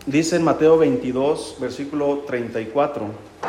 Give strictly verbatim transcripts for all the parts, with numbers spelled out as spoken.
Dice en Mateo veintidós, versículo treinta y cuatro.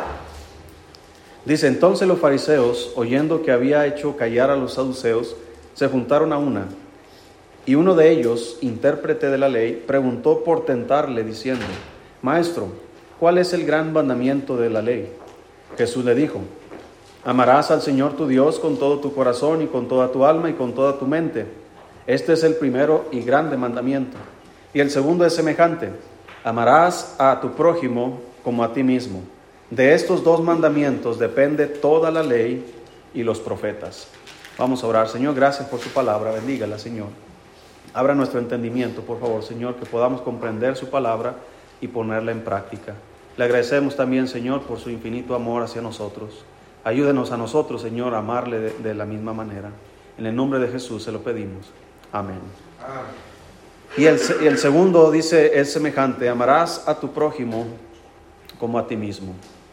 Dice, entonces los fariseos, oyendo que había hecho callar a los saduceos, se juntaron a una. Y uno de ellos, intérprete de la ley, preguntó por tentarle, diciendo, Maestro, ¿cuál es el gran mandamiento de la ley? Jesús le dijo, amarás al Señor tu Dios con todo tu corazón y con toda tu alma y con toda tu mente. Este es el primero y grande mandamiento. Y el segundo es semejante, amarás a tu prójimo como a ti mismo. De estos dos mandamientos depende toda la ley y los profetas. Vamos a orar. Señor, gracias por tu palabra. Bendígala, Señor. Abra nuestro entendimiento, por favor, Señor, que podamos comprender su palabra y ponerla en práctica. Le agradecemos también, Señor, por su infinito amor hacia nosotros. Ayúdenos a nosotros, Señor, a amarle de, de la misma manera. En el nombre de Jesús se lo pedimos. Amén. Amén. Y el, y el segundo dice, es semejante, amarás a tu prójimo como a ti mismo.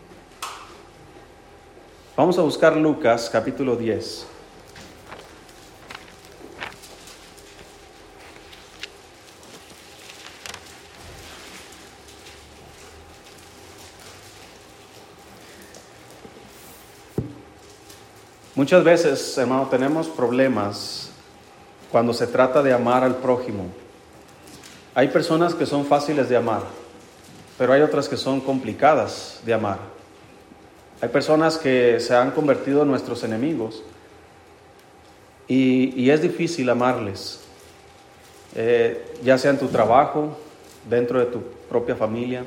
Vamos a buscar Lucas capítulo diez. Muchas veces, hermano, tenemos problemas cuando se trata de amar al prójimo. Hay personas que son fáciles de amar, pero hay otras que son complicadas de amar. Hay personas que se han convertido en nuestros enemigos y, y es difícil amarles, eh, ya sea en tu trabajo, dentro de tu propia familia.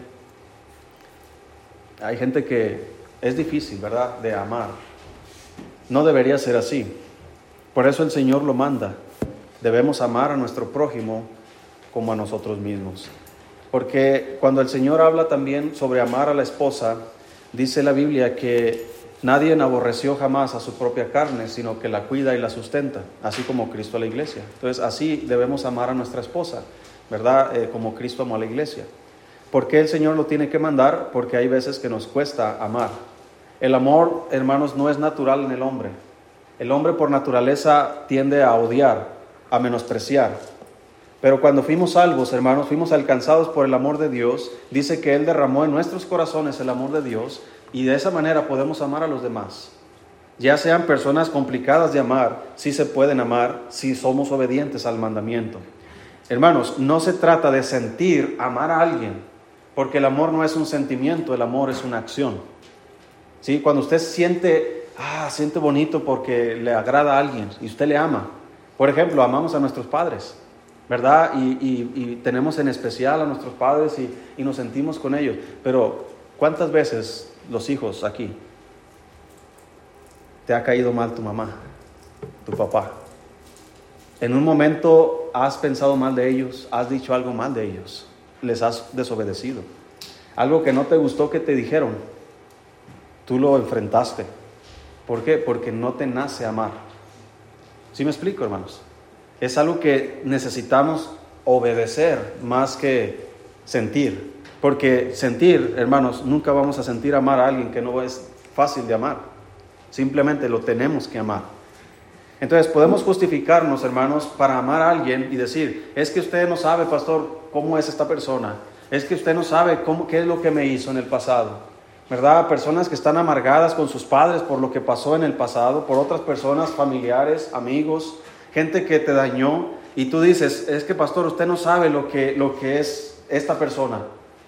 Hay gente que es difícil, ¿verdad?, de amar. No debería ser así. Por eso el Señor lo manda. Debemos amar a nuestro prójimo como a nosotros mismos. Porque cuando el Señor habla también sobre amar a la esposa, dice la Biblia que nadie aborreció jamás a su propia carne, sino que la cuida y la sustenta, así como Cristo a la iglesia. Entonces, así debemos amar a nuestra esposa, ¿verdad? Eh, como Cristo amó a la iglesia. ¿Por qué el Señor lo tiene que mandar? Porque hay veces que nos cuesta amar. El amor, hermanos, no es natural en el hombre. El hombre por naturaleza tiende a odiar, a menospreciar. Pero cuando fuimos salvos, hermanos, fuimos alcanzados por el amor de Dios. Dice que Él derramó en nuestros corazones el amor de Dios y de esa manera podemos amar a los demás. Ya sean personas complicadas de amar, sí se pueden amar si somos obedientes al mandamiento. Hermanos, no se trata de sentir amar a alguien, porque el amor no es un sentimiento, el amor es una acción. ¿Sí? Cuando usted siente, ah, siente bonito porque le agrada a alguien y usted le ama. Por ejemplo, amamos a nuestros padres, ¿verdad? Y, y, y tenemos en especial a nuestros padres y, y nos sentimos con ellos. Pero, ¿cuántas veces los hijos aquí te ha caído mal tu mamá, tu papá? En un momento has pensado mal de ellos, has dicho algo mal de ellos, les has desobedecido. Algo que no te gustó que te dijeron, tú lo enfrentaste. ¿Por qué? Porque no te nace amar. ¿Sí me explico, hermanos? Es algo que necesitamos obedecer más que sentir. Porque sentir, hermanos, nunca vamos a sentir amar a alguien que no es fácil de amar. Simplemente lo tenemos que amar. Entonces podemos justificarnos, hermanos, para amar a alguien y decir, es que usted no sabe, pastor, cómo es esta persona. Es que usted no sabe cómo, qué es lo que me hizo en el pasado. ¿Verdad? Personas que están amargadas con sus padres por lo que pasó en el pasado, por otras personas, familiares, amigos, gente que te dañó, y tú dices, es que pastor, usted no sabe lo que, lo que es esta persona.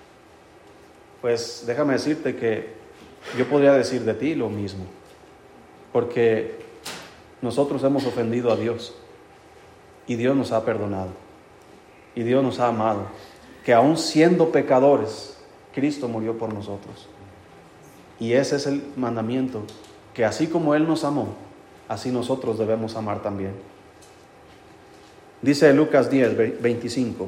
Pues déjame decirte que yo podría decir de ti lo mismo, porque nosotros hemos ofendido a Dios, y Dios nos ha perdonado, y Dios nos ha amado, que aún siendo pecadores, Cristo murió por nosotros. Y ese es el mandamiento, que así como Él nos amó, así nosotros debemos amar también. Dice Lucas diez, veinticinco.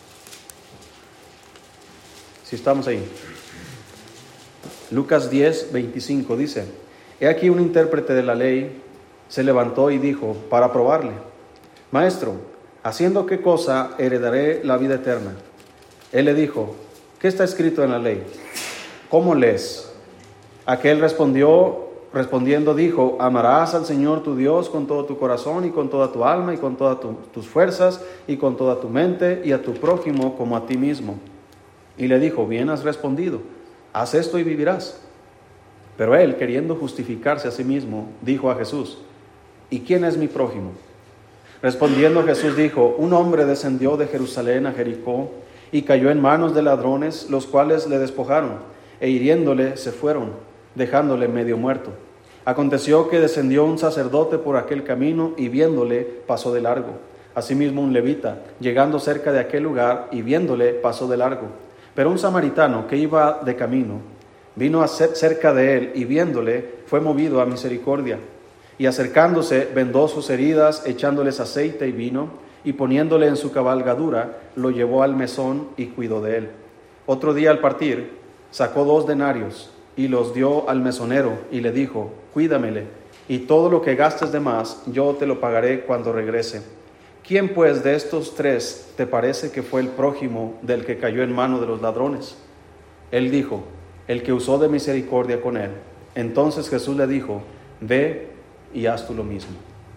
Si estamos ahí. Lucas diez, veinticinco dice, he aquí un intérprete de la ley se levantó y dijo, para probarle, Maestro, ¿haciendo qué cosa heredaré la vida eterna? Él le dijo, ¿qué está escrito en la ley? ¿Cómo lees? Aquel respondió, respondiendo dijo, amarás al Señor tu Dios con todo tu corazón y con toda tu alma y con todas tu, tus fuerzas y con toda tu mente y a tu prójimo como a ti mismo. Y le dijo, bien has respondido, haz esto y vivirás. Pero él, queriendo justificarse a sí mismo, dijo a Jesús, ¿y quién es mi prójimo? Respondiendo Jesús dijo, un hombre descendió de Jerusalén a Jericó y cayó en manos de ladrones, los cuales le despojaron, e hiriéndole se fueron, dejándole medio muerto. Aconteció que descendió un sacerdote por aquel camino y viéndole pasó de largo. Asimismo un levita, llegando cerca de aquel lugar y viéndole pasó de largo. Pero un samaritano que iba de camino, vino a ser cerca de él y viéndole fue movido a misericordia. Y acercándose vendó sus heridas, echándoles aceite y vino, y poniéndole en su cabalgadura, lo llevó al mesón y cuidó de él. Otro día al partir, sacó dos denarios y los dio al mesonero y le dijo, cuídamele, y todo lo que gastes de más, yo te lo pagaré cuando regrese. ¿Quién pues de estos tres te parece que fue el prójimo del que cayó en mano de los ladrones? Él dijo, el que usó de misericordia con él. Entonces Jesús le dijo, ve y haz tú lo mismo.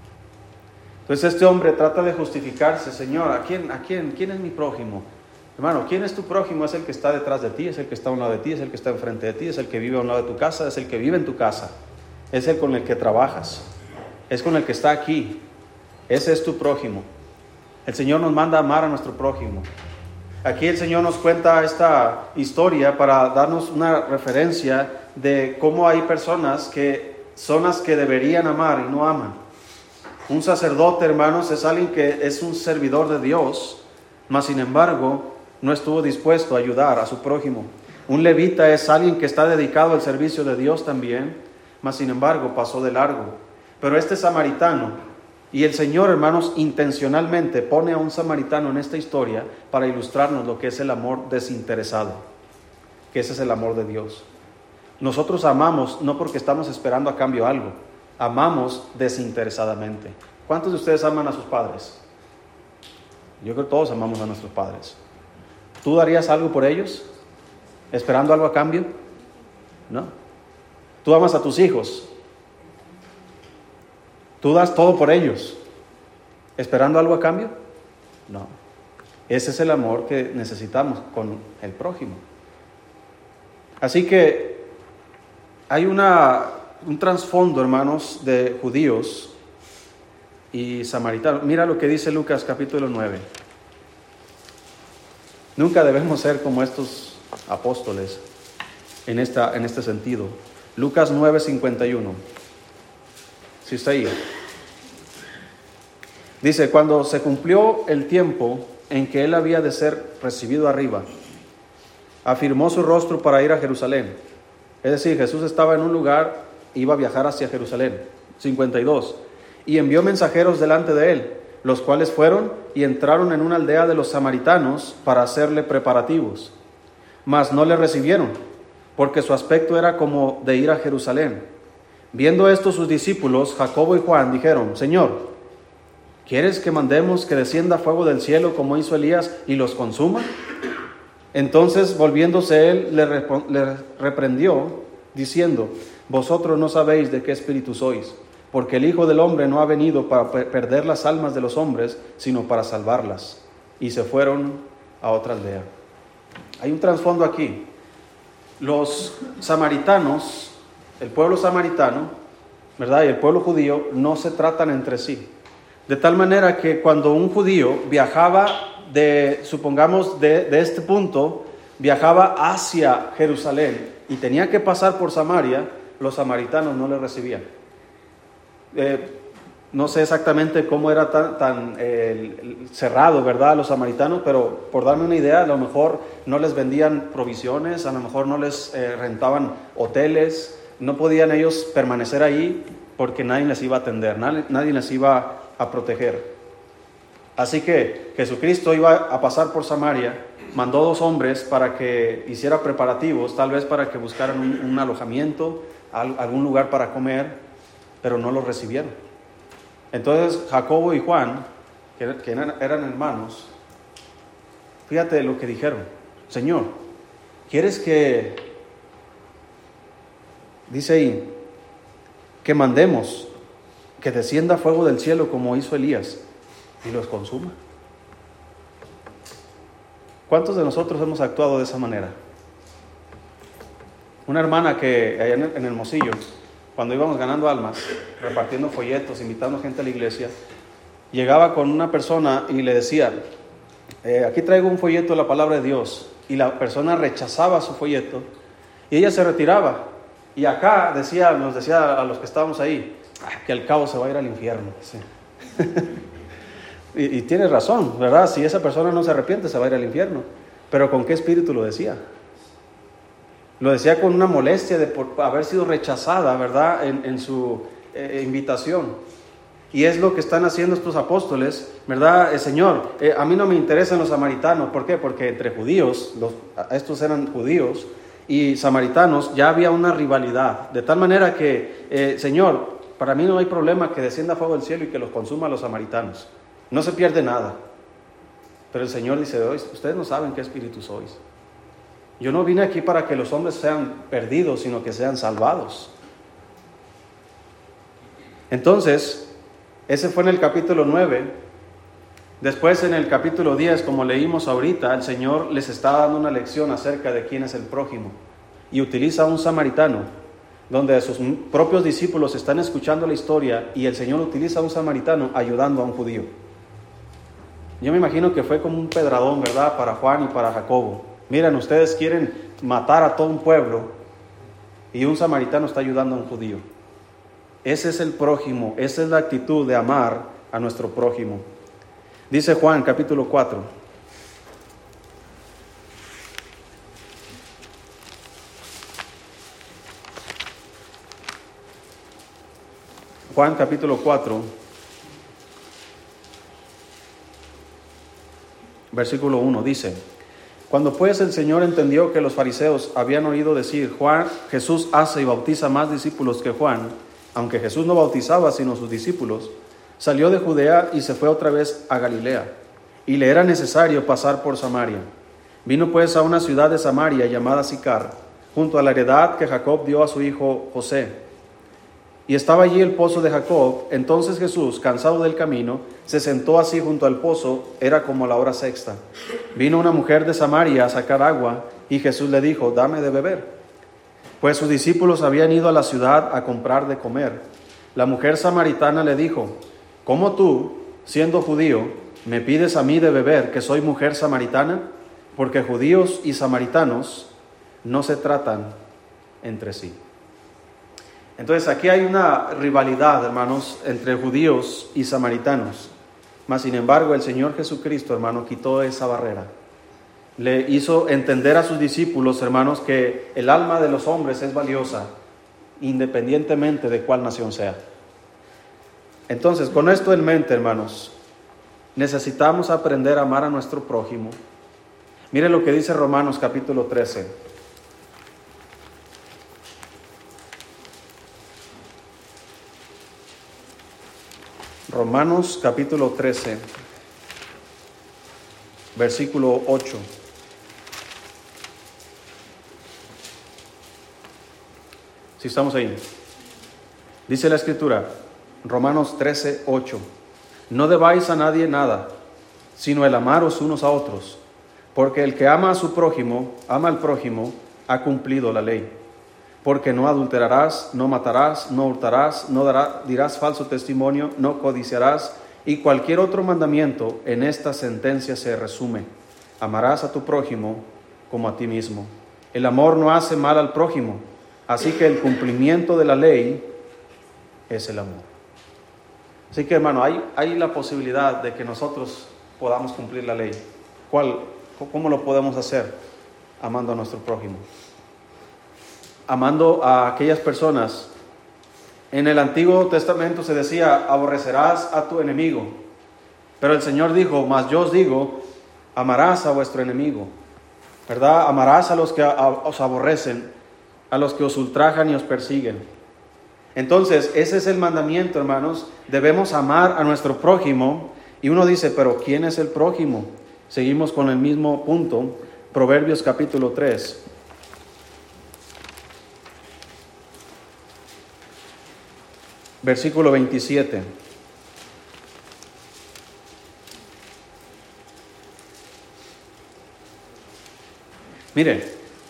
Entonces este hombre trata de justificarse, Señor, ¿a quién, a quién, quién es mi prójimo? Hermano, ¿quién es tu prójimo? Es el que está detrás de ti, es el que está a un lado de ti, es el que está enfrente de ti, es el que vive a un lado de tu casa, es el que vive en tu casa, es el con el que trabajas, es con el que está aquí. Ese es tu prójimo. El Señor nos manda a amar a nuestro prójimo. Aquí el Señor nos cuenta esta historia para darnos una referencia de cómo hay personas que son las que deberían amar y no aman. Un sacerdote, hermanos, es alguien que es un servidor de Dios, mas sin embargo no estuvo dispuesto a ayudar a su prójimo. Un levita es alguien que está dedicado al servicio de Dios también, mas sin embargo pasó de largo. Pero este samaritano, y el Señor, hermanos, intencionalmente pone a un samaritano en esta historia para ilustrarnos lo que es el amor desinteresado, que ese es el amor de Dios. Nosotros amamos no porque estamos esperando a cambio algo, amamos desinteresadamente. ¿Cuántos de ustedes aman a sus padres? Yo creo que todos amamos a nuestros padres. ¿Tú darías algo por ellos, esperando algo a cambio? No. ¿Tú amas a tus hijos? ¿Tú das todo por ellos, esperando algo a cambio? No. Ese es el amor que necesitamos con el prójimo. Así que hay una, un trasfondo, hermanos, de judíos y samaritanos. Mira lo que dice Lucas capítulo nueve. Nunca debemos ser como estos apóstoles en, esta, en este sentido. Lucas nueve, cincuenta y uno. Si está ahí. Dice, cuando se cumplió el tiempo en que él había de ser recibido arriba, afirmó su rostro para ir a Jerusalén. Es decir, Jesús estaba en un lugar, iba a viajar hacia Jerusalén. cincuenta y dos. Y envió mensajeros delante de él, los cuales fueron y entraron en una aldea de los samaritanos para hacerle preparativos. Mas no le recibieron, porque su aspecto era como de ir a Jerusalén. Viendo esto sus discípulos, Jacobo y Juan, dijeron, Señor, ¿quieres que mandemos que descienda fuego del cielo como hizo Elías y los consuma? Entonces, volviéndose él, le, rep- le reprendió, diciendo, vosotros no sabéis de qué espíritu sois, porque el Hijo del Hombre no ha venido para per- perder las almas de los hombres, sino para salvarlas. Y se fueron a otra aldea. Hay un trasfondo aquí. Los samaritanos, el pueblo samaritano, ¿verdad? Y el pueblo judío no se tratan entre sí. De tal manera que cuando un judío viajaba de, supongamos, de, de este punto, viajaba hacia Jerusalén y tenía que pasar por Samaria, los samaritanos no le recibían. Eh, no sé exactamente cómo era tan, tan eh, cerrado, ¿verdad?, los samaritanos, pero por darme una idea, a lo mejor no les vendían provisiones, a lo mejor no les eh, rentaban hoteles. No podían ellos permanecer ahí porque nadie les iba a atender, nadie, nadie les iba a proteger. Así que Jesucristo iba a pasar por Samaria, mandó dos hombres para que hiciera preparativos, tal vez para que buscaran un, un alojamiento, algún lugar para comer, pero no los recibieron. Entonces Jacobo y Juan, que, que eran, eran hermanos, fíjate lo que dijeron. Señor, ¿quieres que... Dice ahí, que mandemos que descienda fuego del cielo como hizo Elías y los consuma? ¿Cuántos de nosotros hemos actuado de esa manera? Una hermana que allá en el, en el Mocillo, cuando íbamos ganando almas, repartiendo folletos, invitando gente a la iglesia, llegaba con una persona y le decía, eh, aquí traigo un folleto de la palabra de Dios, y la persona rechazaba su folleto y ella se retiraba. Y acá decía, nos decía a los que estábamos ahí, ah, que al cabo se va a ir al infierno. Sí. y, y tiene razón, ¿verdad? Si esa persona no se arrepiente, se va a ir al infierno. Pero ¿con qué espíritu lo decía? Lo decía con una molestia de por haber sido rechazada, ¿verdad? En, en su eh, invitación. Y es lo que están haciendo estos apóstoles, ¿verdad? El Señor, eh, a mí no me interesan los samaritanos. ¿Por qué? Porque entre judíos, los, estos eran judíos, y samaritanos, ya había una rivalidad. De tal manera que, eh, Señor, para mí no hay problema que descienda fuego del cielo y que los consuma a los samaritanos. No se pierde nada. Pero el Señor dice, ustedes no saben qué espíritu sois. Yo no vine aquí para que los hombres sean perdidos, sino que sean salvados. Entonces, ese fue en el capítulo nueve. Después en el capítulo diez, como leímos ahorita, el Señor les está dando una lección acerca de quién es el prójimo. Y utiliza a un samaritano, donde sus propios discípulos están escuchando la historia y el Señor utiliza a un samaritano ayudando a un judío. Yo me imagino que fue como un pedradón, ¿verdad? Para Juan y para Jacobo. Miren, ustedes quieren matar a todo un pueblo y un samaritano está ayudando a un judío. Ese es el prójimo, esa es la actitud de amar a nuestro prójimo. Dice Juan capítulo cuatro. Juan capítulo cuatro, versículo uno dice: Cuando pues el Señor entendió que los fariseos habían oído decir, Juan, Jesús hace y bautiza más discípulos que Juan, aunque Jesús no bautizaba sino sus discípulos, salió de Judea y se fue otra vez a Galilea, y le era necesario pasar por Samaria. Vino pues a una ciudad de Samaria llamada Sicar, junto a la heredad que Jacob dio a su hijo José. Y estaba allí el pozo de Jacob. Entonces Jesús, cansado del camino, se sentó así junto al pozo, era como la hora sexta. Vino una mujer de Samaria a sacar agua, y Jesús le dijo, dame de beber. Pues sus discípulos habían ido a la ciudad a comprar de comer. La mujer samaritana le dijo, ¿cómo tú, siendo judío, me pides a mí de beber, que soy mujer samaritana? Porque judíos y samaritanos no se tratan entre sí. Entonces aquí hay una rivalidad, hermanos, entre judíos y samaritanos. Mas, sin embargo, el Señor Jesucristo, hermano, quitó esa barrera. Le hizo entender a sus discípulos, hermanos, que el alma de los hombres es valiosa, independientemente de cuál nación sea. Entonces, con esto en mente, hermanos, necesitamos aprender a amar a nuestro prójimo. Miren lo que dice Romanos capítulo trece. Romanos capítulo trece, versículo ocho. Si estamos ahí. Dice la Escritura, Romanos trece, ocho. No debáis a nadie nada, sino el amaros unos a otros, porque el que ama a su prójimo, ama al prójimo, ha cumplido la ley. Porque no adulterarás, no matarás, no hurtarás, no dará, dirás falso testimonio, no codiciarás, y cualquier otro mandamiento en esta sentencia se resume. Amarás a tu prójimo como a ti mismo. El amor no hace mal al prójimo, así que el cumplimiento de la ley es el amor. Así que, hermano, hay, hay la posibilidad de que nosotros podamos cumplir la ley. ¿Cuál, ¿Cómo lo podemos hacer? Amando a nuestro prójimo. Amando a aquellas personas. En el Antiguo Testamento se decía, aborrecerás a tu enemigo. Pero el Señor dijo, mas yo os digo, amarás a vuestro enemigo. ¿Verdad? Amarás a los que os aborrecen, a los que os ultrajan y os persiguen. Entonces, ese es el mandamiento, hermanos. Debemos amar a nuestro prójimo. Y uno dice, pero ¿quién es el prójimo? Seguimos con el mismo punto. Proverbios capítulo tres. Versículo veintisiete. Mire,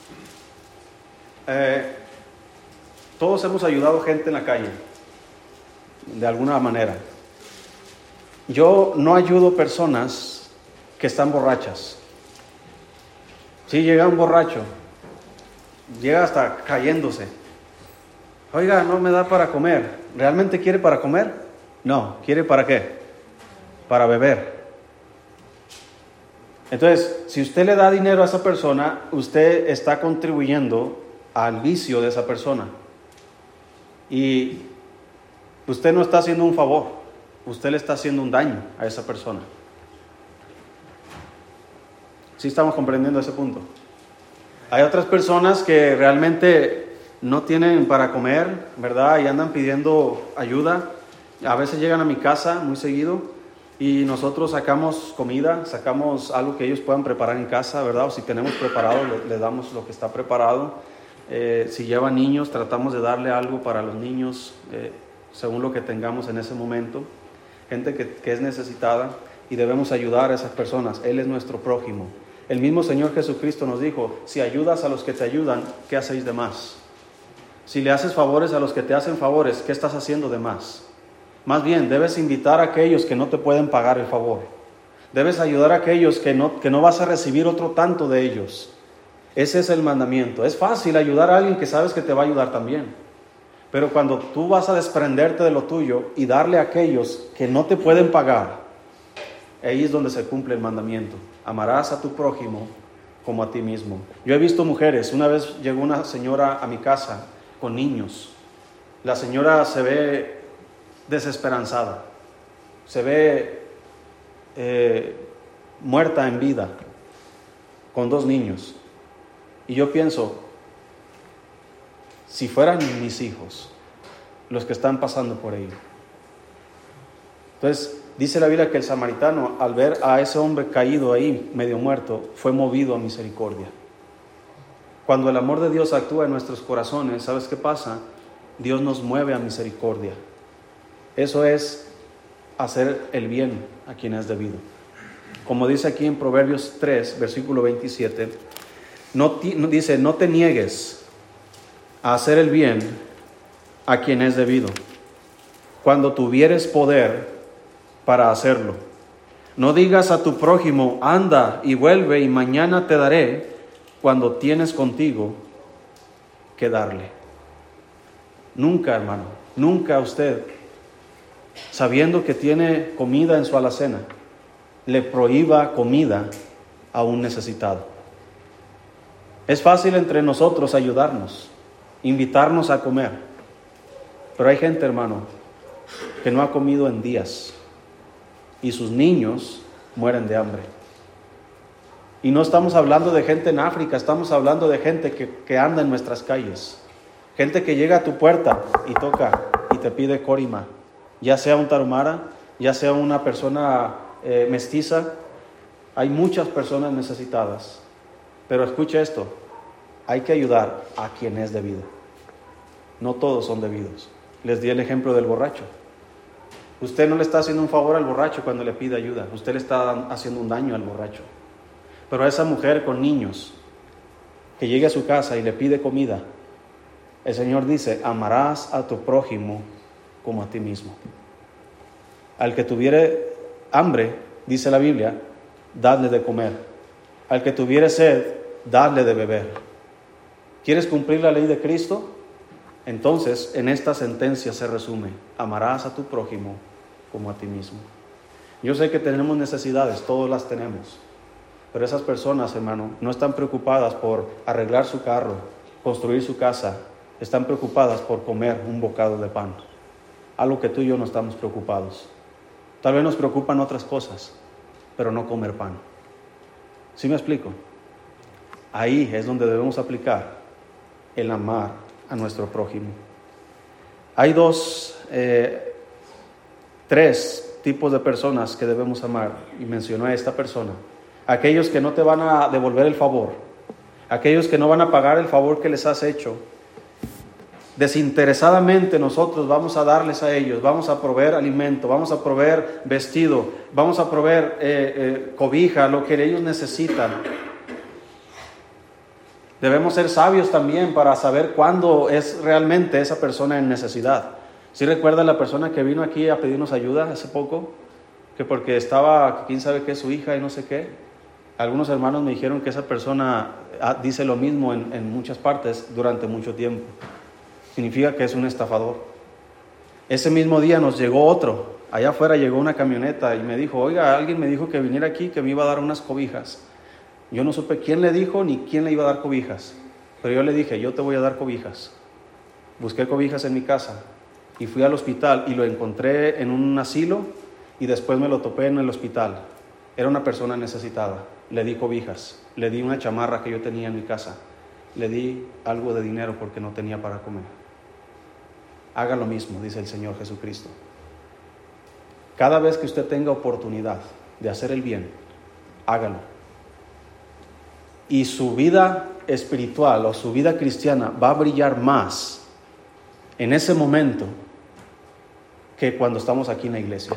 eh, todos hemos ayudado gente en la calle, de alguna manera. Yo no ayudo personas que están borrachas. Si llega un borracho, llega hasta cayéndose. Oiga, no me da para comer. ¿Realmente quiere para comer? No, ¿quiere para qué? Para beber. Entonces, si usted le da dinero a esa persona, usted está contribuyendo al vicio de esa persona. Y usted no está haciendo un favor, usted le está haciendo un daño a esa persona. ¿Sí estamos comprendiendo ese punto? Hay otras personas que realmente no tienen para comer, ¿verdad? Y andan pidiendo ayuda. A veces llegan a mi casa muy seguido y nosotros sacamos comida, sacamos algo que ellos puedan preparar en casa, ¿verdad? O si tenemos preparado, le, le damos lo que está preparado. Eh, si llevan niños, tratamos de darle algo para los niños, eh, según lo que tengamos en ese momento. Gente que, que es necesitada, y debemos ayudar a esas personas. Él es nuestro prójimo. El mismo Señor Jesucristo nos dijo: si ayudas a los que te ayudan, ¿qué hacéis de más? Si le haces favores a los que te hacen favores, ¿qué estás haciendo de más? Más bien, debes invitar a aquellos que no te pueden pagar el favor. Debes ayudar a aquellos que no, que no vas a recibir otro tanto de ellos. Ese es el mandamiento. Es fácil ayudar a alguien que sabes que te va a ayudar también. Pero cuando tú vas a desprenderte de lo tuyo y darle a aquellos que no te pueden pagar, ahí es donde se cumple el mandamiento. Amarás a tu prójimo como a ti mismo. Yo he visto mujeres. Una vez llegó una señora a mi casa con niños. La señora se ve desesperanzada, se ve eh, muerta en vida, con dos niños. Y yo pienso, si fueran mis hijos los que están pasando por ello. Entonces, dice la Biblia que el samaritano, al ver a ese hombre caído ahí, medio muerto, fue movido a misericordia. Cuando el amor de Dios actúa en nuestros corazones, ¿sabes qué pasa? Dios nos mueve a misericordia. Eso es hacer el bien a quien es debido. Como dice aquí en Proverbios tres, versículo veintisiete, no ti, no, dice, no te niegues a hacer el bien a quien es debido, cuando tuvieres poder para hacerlo. No digas a tu prójimo, anda y vuelve y mañana te daré, cuando tienes contigo que darle. Nunca, hermano, nunca usted, sabiendo que tiene comida en su alacena, le prohíba comida a un necesitado. Es fácil entre nosotros ayudarnos, invitarnos a comer, pero hay gente, hermano, que no ha comido en días y sus niños mueren de hambre. Y no estamos hablando de gente en África, estamos hablando de gente que, que anda en nuestras calles, gente que llega a tu puerta y toca y te pide corima, ya sea un tarahumara, ya sea una persona eh, mestiza. Hay muchas personas necesitadas, pero escucha esto, hay que ayudar a quien es debido. No todos son debidos. Les di el ejemplo del borracho. Usted no le está haciendo un favor al borracho cuando le pide ayuda, usted le está haciendo un daño al borracho. Pero a esa mujer con niños que llegue a su casa y le pide comida, el Señor dice, amarás a tu prójimo como a ti mismo. Al que tuviere hambre, dice la Biblia, dadle de comer. Al que tuviere sed, dadle de beber. ¿Quieres cumplir la ley de Cristo? Entonces, en esta sentencia se resume, amarás a tu prójimo como a ti mismo. Yo sé que tenemos necesidades, todos las tenemos. Pero esas personas, hermano, no están preocupadas por arreglar su carro, construir su casa. Están preocupadas por comer un bocado de pan. Algo que tú y yo no estamos preocupados. Tal vez nos preocupan otras cosas, pero no comer pan. ¿Sí me explico? Ahí es donde debemos aplicar el amar a nuestro prójimo. Hay dos, eh, tres tipos de personas que debemos amar, y mencionó a esta persona. Aquellos que no te van a devolver el favor, aquellos que no van a pagar el favor que les has hecho. Desinteresadamente nosotros vamos a darles a ellos, vamos a proveer alimento, vamos a proveer vestido, vamos a proveer eh, eh, cobija, lo que ellos necesitan. Debemos ser sabios también para saber cuándo es realmente esa persona en necesidad. ¿Sí recuerda la persona que vino aquí a pedirnos ayuda hace poco? Que porque estaba, quién sabe qué, su hija y no sé qué. Algunos hermanos me dijeron que esa persona dice lo mismo en, en muchas partes durante mucho tiempo. Significa que es un estafador. Ese mismo día nos llegó otro. Allá afuera llegó una camioneta y me dijo, oiga, alguien me dijo que viniera aquí, que me iba a dar unas cobijas. Yo no supe quién le dijo ni quién le iba a dar cobijas. Pero yo le dije, yo te voy a dar cobijas. Busqué cobijas en mi casa y fui al hospital y lo encontré en un asilo y después me lo topé en el hospital. Era una persona necesitada. Le di cobijas, le di una chamarra que yo tenía en mi casa, le di algo de dinero porque no tenía para comer. Haga lo mismo, dice el Señor Jesucristo. Cada vez que usted tenga oportunidad de hacer el bien, hágalo. Y su vida espiritual o su vida cristiana va a brillar más en ese momento que cuando estamos aquí en la iglesia.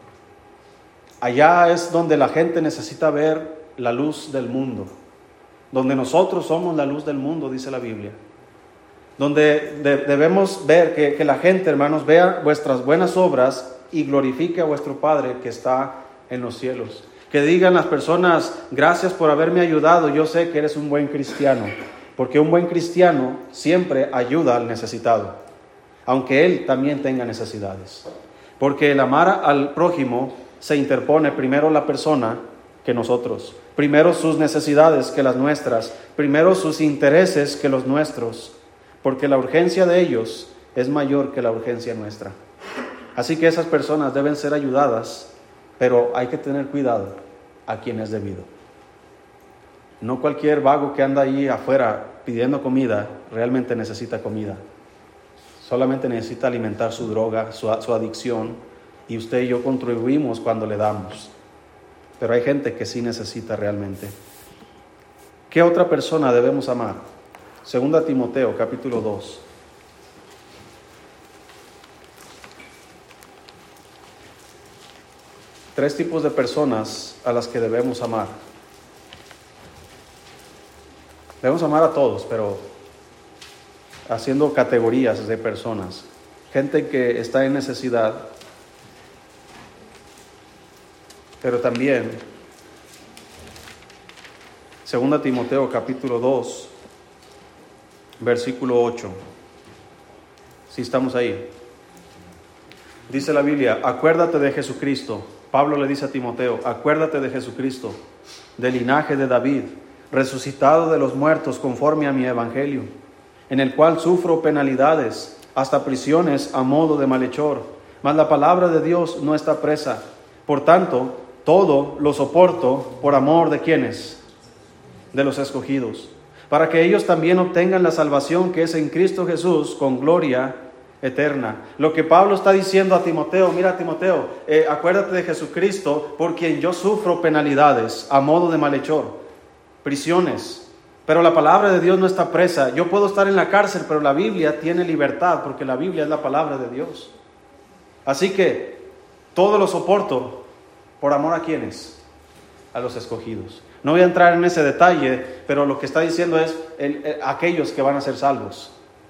Allá es donde la gente necesita ver la luz del mundo, donde nosotros somos la luz del mundo, dice la Biblia. Donde de, debemos ver que, que la gente, hermanos, vea vuestras buenas obras y glorifique a vuestro Padre que está en los cielos. Que digan las personas, gracias por haberme ayudado, yo sé que eres un buen cristiano, porque un buen cristiano siempre ayuda al necesitado, aunque él también tenga necesidades. Porque el amar al prójimo se interpone primero la persona que nosotros, primero sus necesidades que las nuestras, primero sus intereses que los nuestros, porque la urgencia de ellos es mayor que la urgencia nuestra. Así que esas personas deben ser ayudadas, pero hay que tener cuidado a quien es debido. No cualquier vago que anda ahí afuera pidiendo comida realmente necesita comida. Solamente necesita alimentar su droga, su, su adicción, y usted y yo contribuimos cuando le damos. Pero hay gente que sí necesita realmente. ¿Qué otra persona debemos amar? Segunda Timoteo, capítulo dos. Tres tipos de personas a las que debemos amar. Debemos amar a todos, pero haciendo categorías de personas. Gente que está en necesidad, pero también, Segunda Timoteo capítulo dos, versículo ocho. Si estamos ahí. Dice la Biblia, acuérdate de Jesucristo. Pablo le dice a Timoteo, acuérdate de Jesucristo, del linaje de David, resucitado de los muertos conforme a mi evangelio, en el cual sufro penalidades, hasta prisiones a modo de malhechor, mas la palabra de Dios no está presa. Por tanto, todo lo soporto por amor de ¿quiénes? De los escogidos, para que ellos también obtengan la salvación que es en Cristo Jesús con gloria eterna. Lo que Pablo está diciendo a Timoteo, mira Timoteo, eh, acuérdate de Jesucristo, por quien yo sufro penalidades a modo de malhechor, prisiones, pero la palabra de Dios no está presa. Yo puedo estar en la cárcel, pero la Biblia tiene libertad, porque la Biblia es la palabra de Dios. Así que todo lo soporto por amor a ¿quiénes? A los escogidos. No voy a entrar en ese detalle, pero lo que está diciendo es el, el, aquellos que van a ser salvos.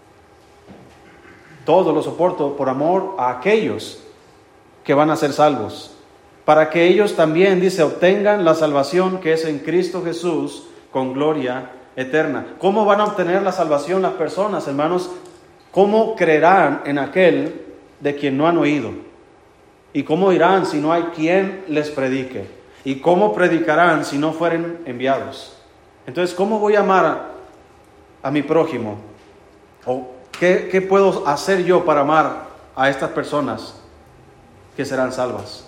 Todo lo soporto por amor a aquellos que van a ser salvos, para que ellos también, dice, obtengan la salvación que es en Cristo Jesús con gloria eterna. ¿Cómo van a obtener la salvación las personas, hermanos? ¿Cómo creerán en aquel de quien no han oído? ¿Y cómo irán si no hay quien les predique? ¿Y cómo predicarán si no fueren enviados? Entonces, ¿cómo voy a amar a, a mi prójimo? ¿O qué, qué puedo hacer yo para amar a estas personas que serán salvas?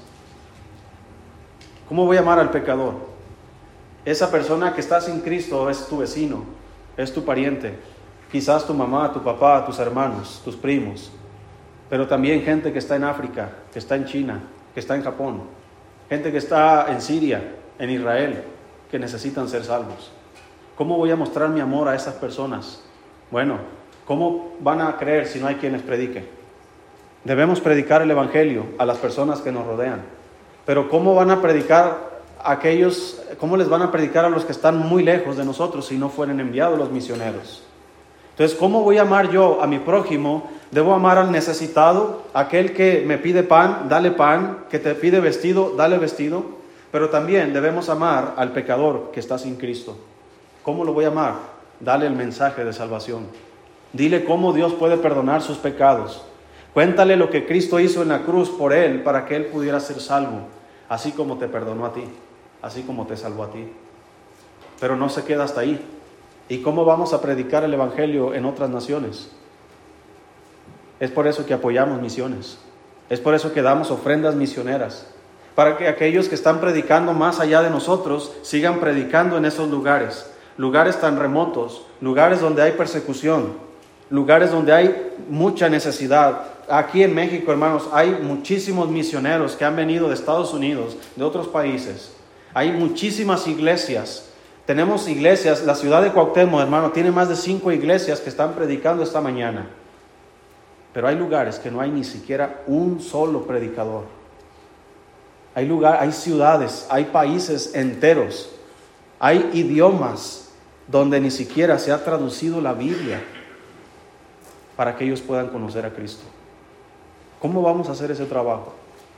¿Cómo voy a amar al pecador? Esa persona que está sin Cristo es tu vecino, es tu pariente, quizás tu mamá, tu papá, tus hermanos, tus primos, pero también gente que está en África, que está en China, que está en Japón, gente que está en Siria, en Israel, que necesitan ser salvos. ¿Cómo voy a mostrar mi amor a esas personas? Bueno, ¿cómo van a creer si no hay quien les predique? Debemos predicar el evangelio a las personas que nos rodean. Pero ¿cómo van a predicar a aquellos, cómo les van a predicar a los que están muy lejos de nosotros si no fueren enviados los misioneros? Entonces, ¿cómo voy a amar yo a mi prójimo? Debo amar al necesitado, aquel que me pide pan, dale pan, que te pide vestido, dale vestido. Pero también debemos amar al pecador que está sin Cristo. ¿Cómo lo voy a amar? Dale el mensaje de salvación. Dile cómo Dios puede perdonar sus pecados. Cuéntale lo que Cristo hizo en la cruz por él para que él pudiera ser salvo, así como te perdonó a ti, así como te salvó a ti. Pero no se queda hasta ahí. ¿Y cómo vamos a predicar el evangelio en otras naciones? Es por eso que apoyamos misiones. Es por eso que damos ofrendas misioneras, para que aquellos que están predicando más allá de nosotros sigan predicando en esos lugares, lugares tan remotos, lugares donde hay persecución, lugares donde hay mucha necesidad. Aquí en México, hermanos, hay muchísimos misioneros que han venido de Estados Unidos, de otros países. Hay muchísimas iglesias. Tenemos iglesias, la ciudad de Cuauhtémoc, hermano, tiene más de cinco iglesias que están predicando esta mañana. Pero hay lugares que no hay ni siquiera un solo predicador. Hay lugar, hay ciudades, hay países enteros, hay idiomas donde ni siquiera se ha traducido la Biblia para que ellos puedan conocer a Cristo. ¿Cómo vamos a hacer ese trabajo?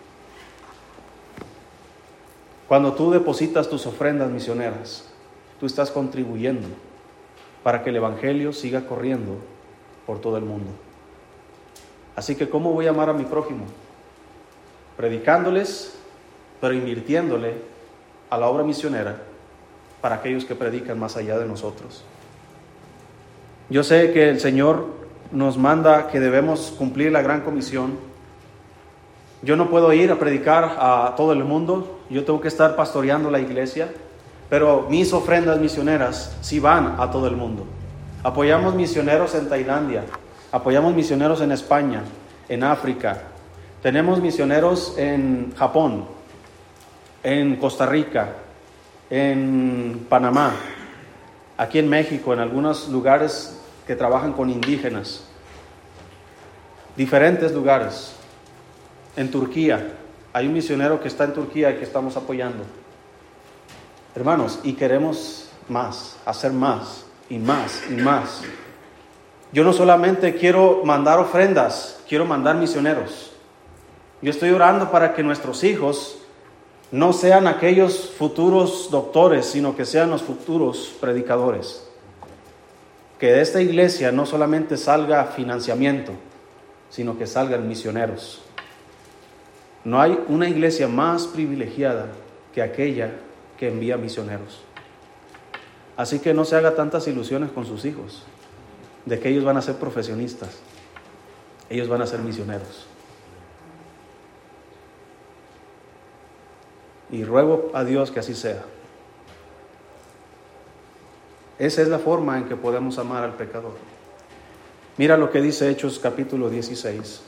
Cuando tú depositas tus ofrendas misioneras, tú estás contribuyendo para que el evangelio siga corriendo por todo el mundo. Así que, ¿cómo voy a amar a mi prójimo? Predicándoles, pero invirtiéndole a la obra misionera para aquellos que predican más allá de nosotros. Yo sé que el Señor nos manda que debemos cumplir la gran comisión. Yo no puedo ir a predicar a todo el mundo, yo tengo que estar pastoreando la iglesia, pero mis ofrendas misioneras sí van a todo el mundo. Apoyamos misioneros en Tailandia, apoyamos misioneros en España, en África, tenemos misioneros en Japón, en Costa Rica, en Panamá, aquí en México, en algunos lugares que trabajan con indígenas, diferentes lugares. En Turquía, hay un misionero que está en Turquía y que estamos apoyando. Hermanos, y queremos más, hacer más y más y más. Yo no solamente quiero mandar ofrendas, quiero mandar misioneros. Yo estoy orando para que nuestros hijos no sean aquellos futuros doctores, sino que sean los futuros predicadores. Que de esta iglesia no solamente salga financiamiento, sino que salgan misioneros. No hay una iglesia más privilegiada que aquella que envía misioneros. Así que no se haga tantas ilusiones con sus hijos de que ellos van a ser profesionistas. Ellos van a ser misioneros. Y ruego a Dios que así sea. Esa es la forma en que podemos amar al pecador. Mira lo que dice Hechos capítulo dieciséis.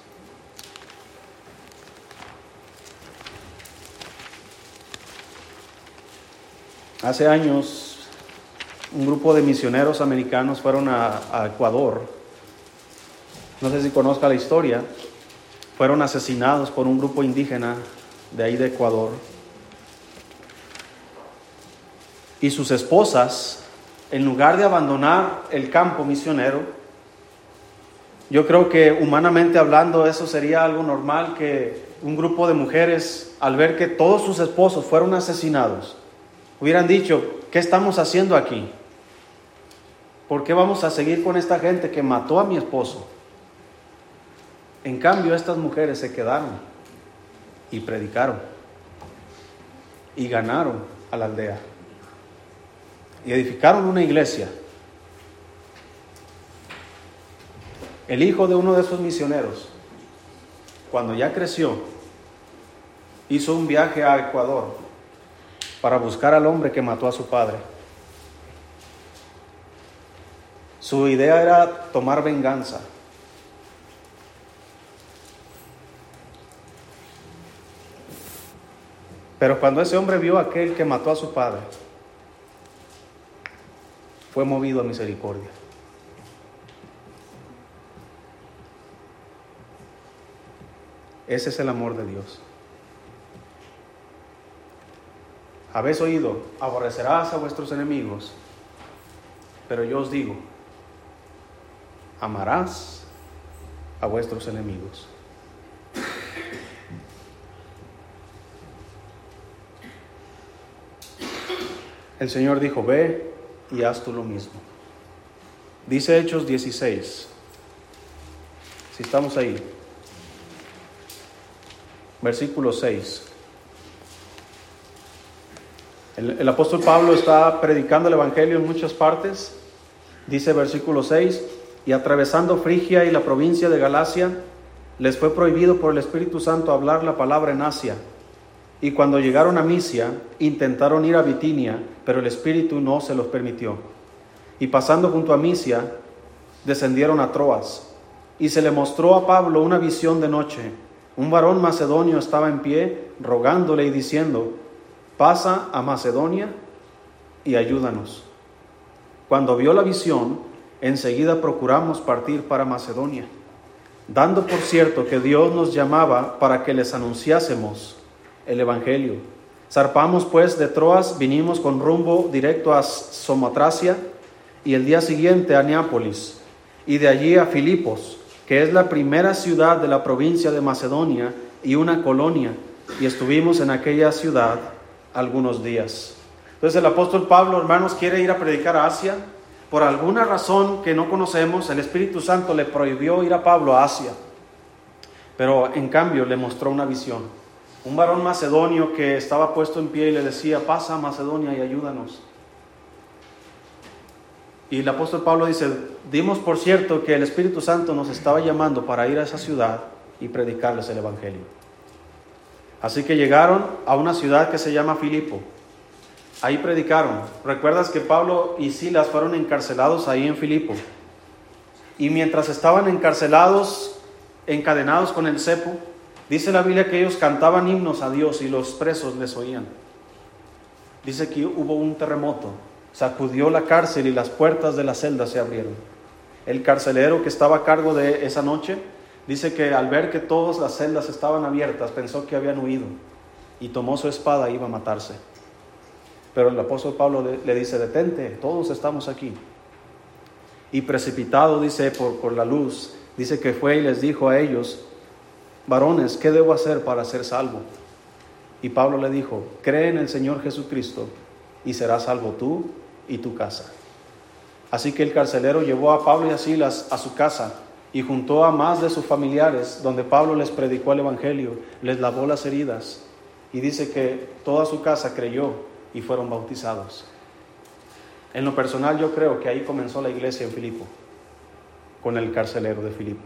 Hace años, un grupo de misioneros americanos fueron a, a Ecuador. No sé si conozca la historia. Fueron asesinados por un grupo indígena de ahí de Ecuador. Y sus esposas, en lugar de abandonar el campo misionero, yo creo que humanamente hablando eso sería algo normal, que un grupo de mujeres, al ver que todos sus esposos fueron asesinados, hubieran dicho: ¿qué estamos haciendo aquí? ¿Por qué vamos a seguir con esta gente que mató a mi esposo? En cambio, estas mujeres se quedaron y predicaron y ganaron a la aldea y edificaron una iglesia. El hijo de uno de esos misioneros, cuando ya creció, hizo un viaje a Ecuador para buscar al hombre que mató a su padre. Su idea era tomar venganza. Pero cuando ese hombre vio a aquel que mató a su padre, fue movido a misericordia. Ese es el amor de Dios. habéis oído, aborrecerás a vuestros enemigos, pero yo os digo, amarás a vuestros enemigos. El Señor dijo, ve y haz tú lo mismo. Dice Hechos dieciséis, si estamos ahí, versículo seis. El, el apóstol Pablo está predicando el Evangelio en muchas partes. Dice versículo seis, y atravesando Frigia y la provincia de Galacia, les fue prohibido por el Espíritu Santo hablar la palabra en Asia. Y cuando llegaron a Misia, intentaron ir a Bitinia, pero el Espíritu no se los permitió. Y pasando junto a Misia, descendieron a Troas. Y se le mostró a Pablo una visión de noche. Un varón macedonio estaba en pie, rogándole y diciendo, pasa a Macedonia y ayúdanos. Cuando vio la visión, enseguida procuramos partir para Macedonia, dando por cierto que Dios nos llamaba para que les anunciásemos el Evangelio. Zarpamos pues de Troas, vinimos con rumbo directo a Samotracia y el día siguiente a Neápolis y de allí a Filipos, que es la primera ciudad de la provincia de Macedonia y una colonia, y estuvimos en aquella ciudad algunos días. Entonces el apóstol Pablo, hermanos, quiere ir a predicar a Asia. Por alguna razón que no conocemos, el Espíritu Santo le prohibió ir a Pablo a Asia, pero en cambio le mostró una visión. Un varón macedonio que estaba puesto en pie y le decía, pasa a Macedonia y ayúdanos. Y el apóstol Pablo dice, dimos por cierto que el Espíritu Santo nos estaba llamando para ir a esa ciudad y predicarles el Evangelio. Así que llegaron a una ciudad que se llama Filipo. Ahí predicaron. ¿Recuerdas que Pablo y Silas fueron encarcelados ahí en Filipo? Y mientras estaban encarcelados, encadenados con el cepo, dice la Biblia que ellos cantaban himnos a Dios y los presos les oían. Dice que hubo un terremoto, sacudió la cárcel y las puertas de la celda se abrieron. El carcelero que estaba a cargo de esa noche, dice que al ver que todas las celdas estaban abiertas, pensó que habían huido y tomó su espada e iba a matarse. Pero el apóstol Pablo le, le dice, detente, todos estamos aquí. Y precipitado, dice, por, por la luz, dice que fue y les dijo a ellos, varones, ¿qué debo hacer para ser salvo? Y Pablo le dijo, cree en el Señor Jesucristo y serás salvo tú y tu casa. Así que el carcelero llevó a Pablo y a Silas a su casa y juntó a más de sus familiares, donde Pablo les predicó el Evangelio, les lavó las heridas y dice que toda su casa creyó y fueron bautizados. En lo personal yo creo que ahí comenzó la iglesia en Filipo, con el carcelero de Filipo.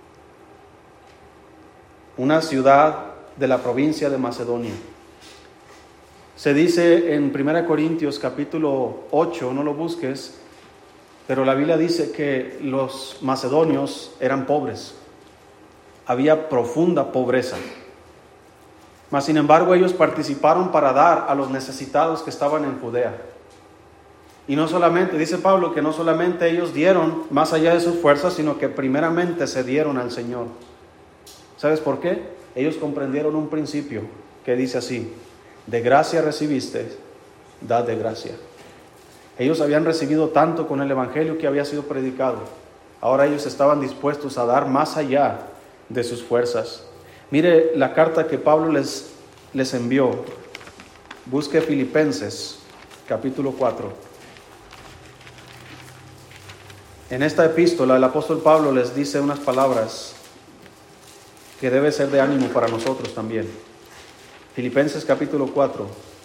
Una ciudad de la provincia de Macedonia. Se dice en primera Corintios capítulo ocho, no lo busques, pero la Biblia dice que los macedonios eran pobres. Había profunda pobreza. Mas sin embargo ellos participaron para dar a los necesitados que estaban en Judea. Y no solamente, dice Pablo, que no solamente ellos dieron más allá de sus fuerzas, sino que primeramente se dieron al Señor. ¿Sabes por qué? Ellos comprendieron un principio que dice así, de gracia recibiste, dad de gracia. Ellos habían recibido tanto con el Evangelio que había sido predicado. Ahora ellos estaban dispuestos a dar más allá de sus fuerzas. Mire la carta que Pablo les, les envió. Busque Filipenses, capítulo cuatro. En esta epístola el apóstol Pablo les dice unas palabras que debe ser de ánimo para nosotros también. Filipenses capítulo cuatro.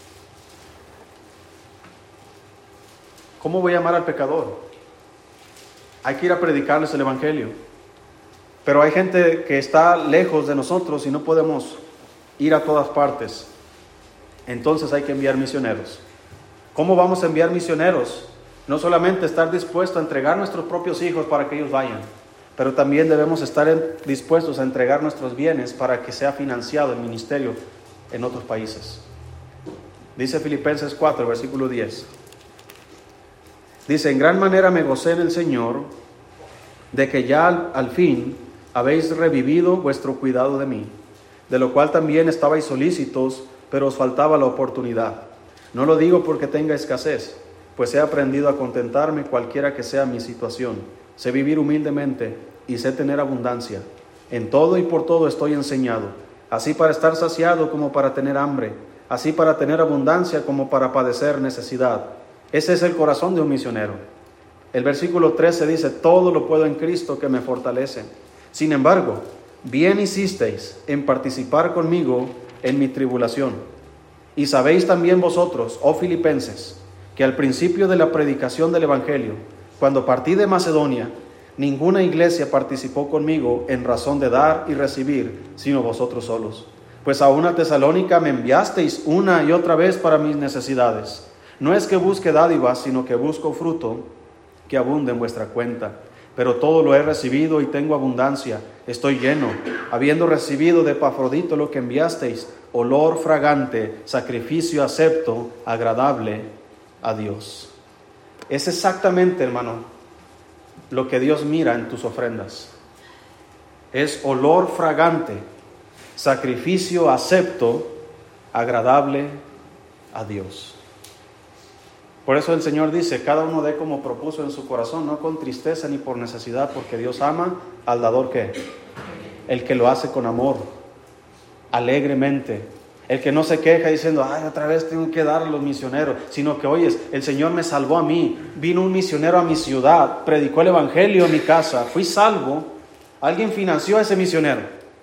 ¿Cómo voy a amar al pecador? Hay que ir a predicarles el Evangelio. Pero hay gente que está lejos de nosotros y no podemos ir a todas partes. Entonces hay que enviar misioneros. ¿Cómo vamos a enviar misioneros? No solamente estar dispuestos a entregar nuestros propios hijos para que ellos vayan, pero también debemos estar en, dispuestos a entregar nuestros bienes para que sea financiado el ministerio en otros países. Dice Filipenses cuatro, versículo diez. Dice, en gran manera me gocé en el Señor de que ya al, al fin habéis revivido vuestro cuidado de mí, de lo cual también estabais solícitos, pero os faltaba la oportunidad. No lo digo porque tenga escasez, pues he aprendido a contentarme cualquiera que sea mi situación. Sé vivir humildemente y sé tener abundancia. En todo y por todo estoy enseñado, así para estar saciado como para tener hambre, así para tener abundancia como para padecer necesidad. Ese es el corazón de un misionero. El versículo trece dice, todo lo puedo en Cristo que me fortalece. Sin embargo, bien hicisteis en participar conmigo en mi tribulación. Y sabéis también vosotros, oh filipenses, que al principio de la predicación del Evangelio, cuando partí de Macedonia, ninguna iglesia participó conmigo en razón de dar y recibir, sino vosotros solos. Pues a una Tesalónica me enviasteis una y otra vez para mis necesidades. No es que busque dádivas, sino que busco fruto que abunde en vuestra cuenta. Pero todo lo he recibido y tengo abundancia. Estoy lleno, habiendo recibido de Epafrodito lo que enviasteis, olor fragante, sacrificio acepto, agradable a Dios. Es exactamente, hermano, lo que Dios mira en tus ofrendas. Es olor fragante, sacrificio acepto, agradable a Dios. Por eso el Señor dice, cada uno dé como propuso en su corazón, no con tristeza ni por necesidad, porque Dios ama al dador ¿qué? El que lo hace con amor, alegremente. El que no se queja diciendo, ay, otra vez tengo que dar a los misioneros, sino que, oyes, el Señor me salvó a mí, vino un misionero a mi ciudad, predicó el Evangelio en mi casa, fui salvo, alguien financió a ese misionero.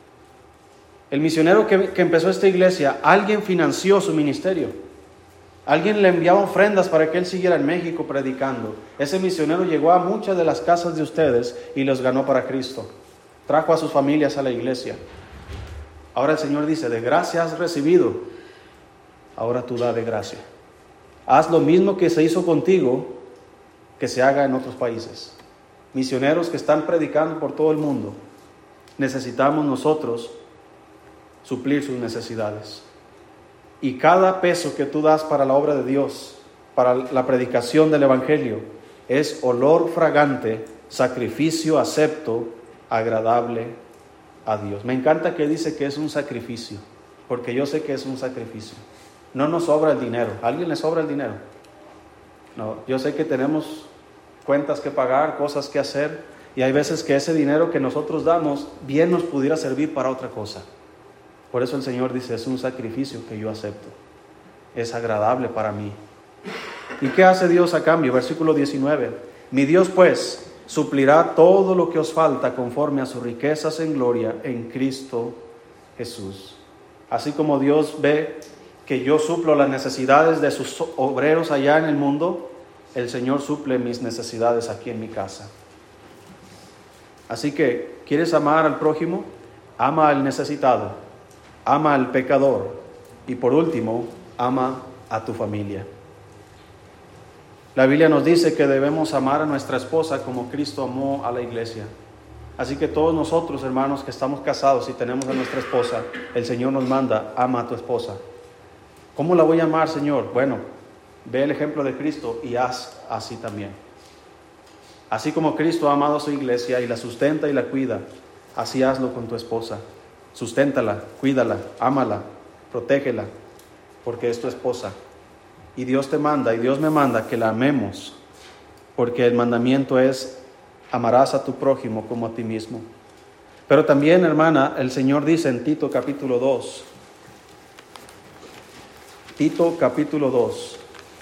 El misionero que, que empezó esta iglesia, alguien financió su ministerio. Alguien le enviaba ofrendas para que él siguiera en México predicando. Ese misionero llegó a muchas de las casas de ustedes y los ganó para Cristo. Trajo a sus familias a la iglesia. Ahora el Señor dice, de gracia has recibido, ahora tú da de gracia. Haz lo mismo que se hizo contigo, que se haga en otros países. Misioneros que están predicando por todo el mundo. Necesitamos nosotros suplir sus necesidades. Y cada peso que tú das para la obra de Dios, para la predicación del Evangelio, es olor fragante, sacrificio acepto, agradable a Dios. Me encanta que dice que es un sacrificio, porque yo sé que es un sacrificio. No nos sobra el dinero. ¿A alguien le sobra el dinero? No, yo sé que tenemos cuentas que pagar, cosas que hacer, y hay veces que ese dinero que nosotros damos bien nos pudiera servir para otra cosa. Por eso el Señor dice, es un sacrificio que yo acepto. Es agradable para mí. ¿Y qué hace Dios a cambio? Versículo diecinueve. Mi Dios pues suplirá todo lo que os falta conforme a sus riquezas en gloria en Cristo Jesús. Así como Dios ve que yo suplo las necesidades de sus obreros allá en el mundo, el Señor suple mis necesidades aquí en mi casa. Así que, ¿quieres amar al prójimo? Ama al necesitado. Ama al pecador y por último, ama a tu familia. La Biblia nos dice que debemos amar a nuestra esposa como Cristo amó a la iglesia. Así que todos nosotros, hermanos, que estamos casados y tenemos a nuestra esposa, el Señor nos manda, ama a tu esposa. ¿Cómo la voy a amar, Señor? Bueno, ve el ejemplo de Cristo y haz así también. Así como Cristo ha amado a su iglesia y la sustenta y la cuida, así hazlo con tu esposa. Susténtala, cuídala, ámala, protégela, porque es tu esposa. Y Dios te manda, y Dios me manda que la amemos, porque el mandamiento es, amarás a tu prójimo como a ti mismo. Pero también, hermana, el Señor dice en Tito capítulo dos, Tito capítulo dos,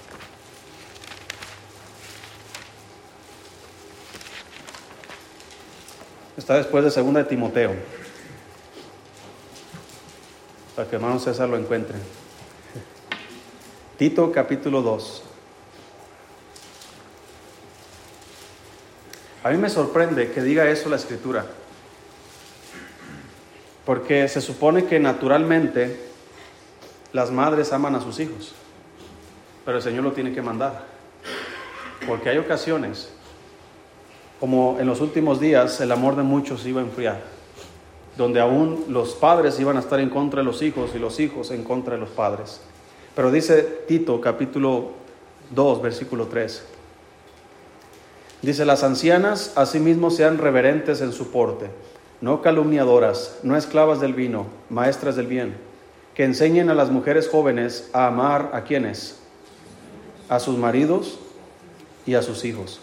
está después de segunda de Timoteo, para que hermano César lo encuentre. Tito capítulo dos. A mí me sorprende que diga eso la Escritura, porque se supone que naturalmente las madres aman a sus hijos, pero el Señor lo tiene que mandar, porque hay ocasiones, como en los últimos días, el amor de muchos se iba a enfriar, donde aún los padres iban a estar en contra de los hijos y los hijos en contra de los padres. Pero dice Tito capítulo dos, versículo tres. Dice, las ancianas asimismo sean reverentes en su porte, no calumniadoras, no esclavas del vino, maestras del bien, que enseñen a las mujeres jóvenes a amar a quienes, a sus maridos y a sus hijos.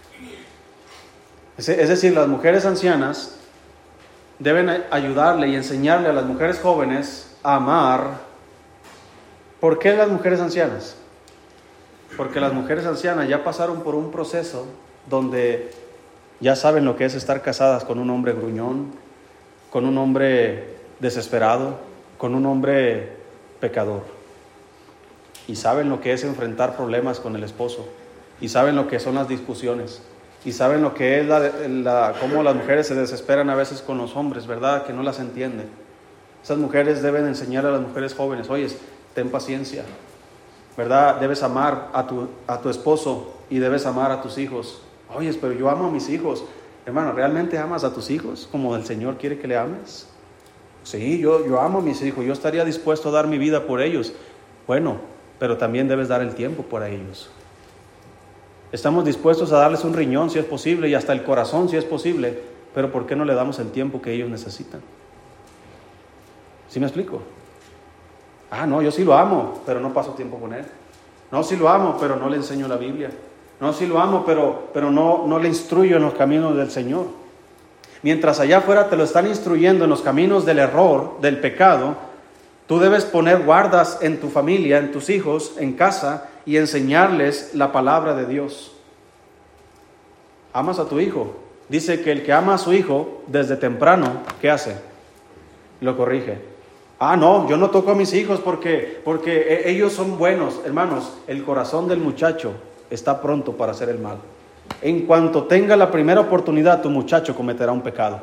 Es decir, las mujeres ancianas deben ayudarle y enseñarle a las mujeres jóvenes a amar. ¿Por qué las mujeres ancianas? Porque las mujeres ancianas ya pasaron por un proceso donde ya saben lo que es estar casadas con un hombre gruñón, con un hombre desesperado, con un hombre pecador. Y saben lo que es enfrentar problemas con el esposo. Y saben lo que son las discusiones. Y saben lo que es la, la, cómo las mujeres se desesperan a veces con los hombres, ¿verdad? Que no las entienden. Esas mujeres deben enseñar a las mujeres jóvenes, oye, ten paciencia, ¿verdad? Debes amar a tu, a tu esposo y debes amar a tus hijos. Oye, pero yo amo a mis hijos. Hermano, ¿realmente amas a tus hijos como el Señor quiere que le ames? Sí, yo, yo amo a mis hijos, yo estaría dispuesto a dar mi vida por ellos. Bueno, pero también debes dar el tiempo por ellos. Estamos dispuestos a darles un riñón si es posible y hasta el corazón si es posible, pero ¿por qué no le damos el tiempo que ellos necesitan? ¿Sí me explico? Ah, no, yo sí lo amo, pero no paso tiempo con él. No, sí lo amo, pero no le enseño la Biblia. No, sí lo amo, pero, pero no, no le instruyo en los caminos del Señor. Mientras allá afuera te lo están instruyendo en los caminos del error, del pecado, tú debes poner guardas en tu familia, en tus hijos, en casa, y enseñarles la palabra de Dios. Amas a tu hijo. Dice que el que ama a su hijo desde temprano, ¿qué hace? Lo corrige. Ah, no, yo no toco a mis hijos porque, porque ellos son buenos. Hermanos, el corazón del muchacho está pronto para hacer el mal. En cuanto tenga la primera oportunidad, tu muchacho cometerá un pecado.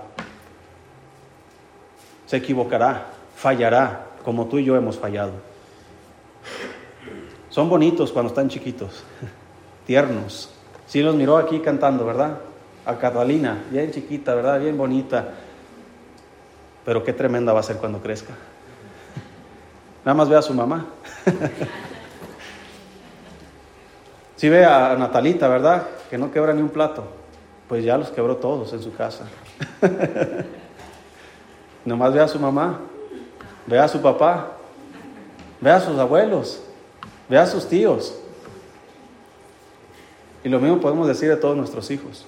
Se equivocará, fallará, como tú y yo hemos fallado. Son bonitos cuando están chiquitos, tiernos. Sí los miró aquí cantando, ¿verdad? A Catalina, bien chiquita, ¿verdad? Bien bonita. Pero qué tremenda va a ser cuando crezca. Nada más ve a su mamá. Sí ve a Natalita, ¿verdad? Que no quebra ni un plato. Pues ya los quebró todos en su casa. Nomás ve a su mamá, ve a su papá, ve a sus abuelos, ve a sus tíos. Y lo mismo podemos decir de todos nuestros hijos.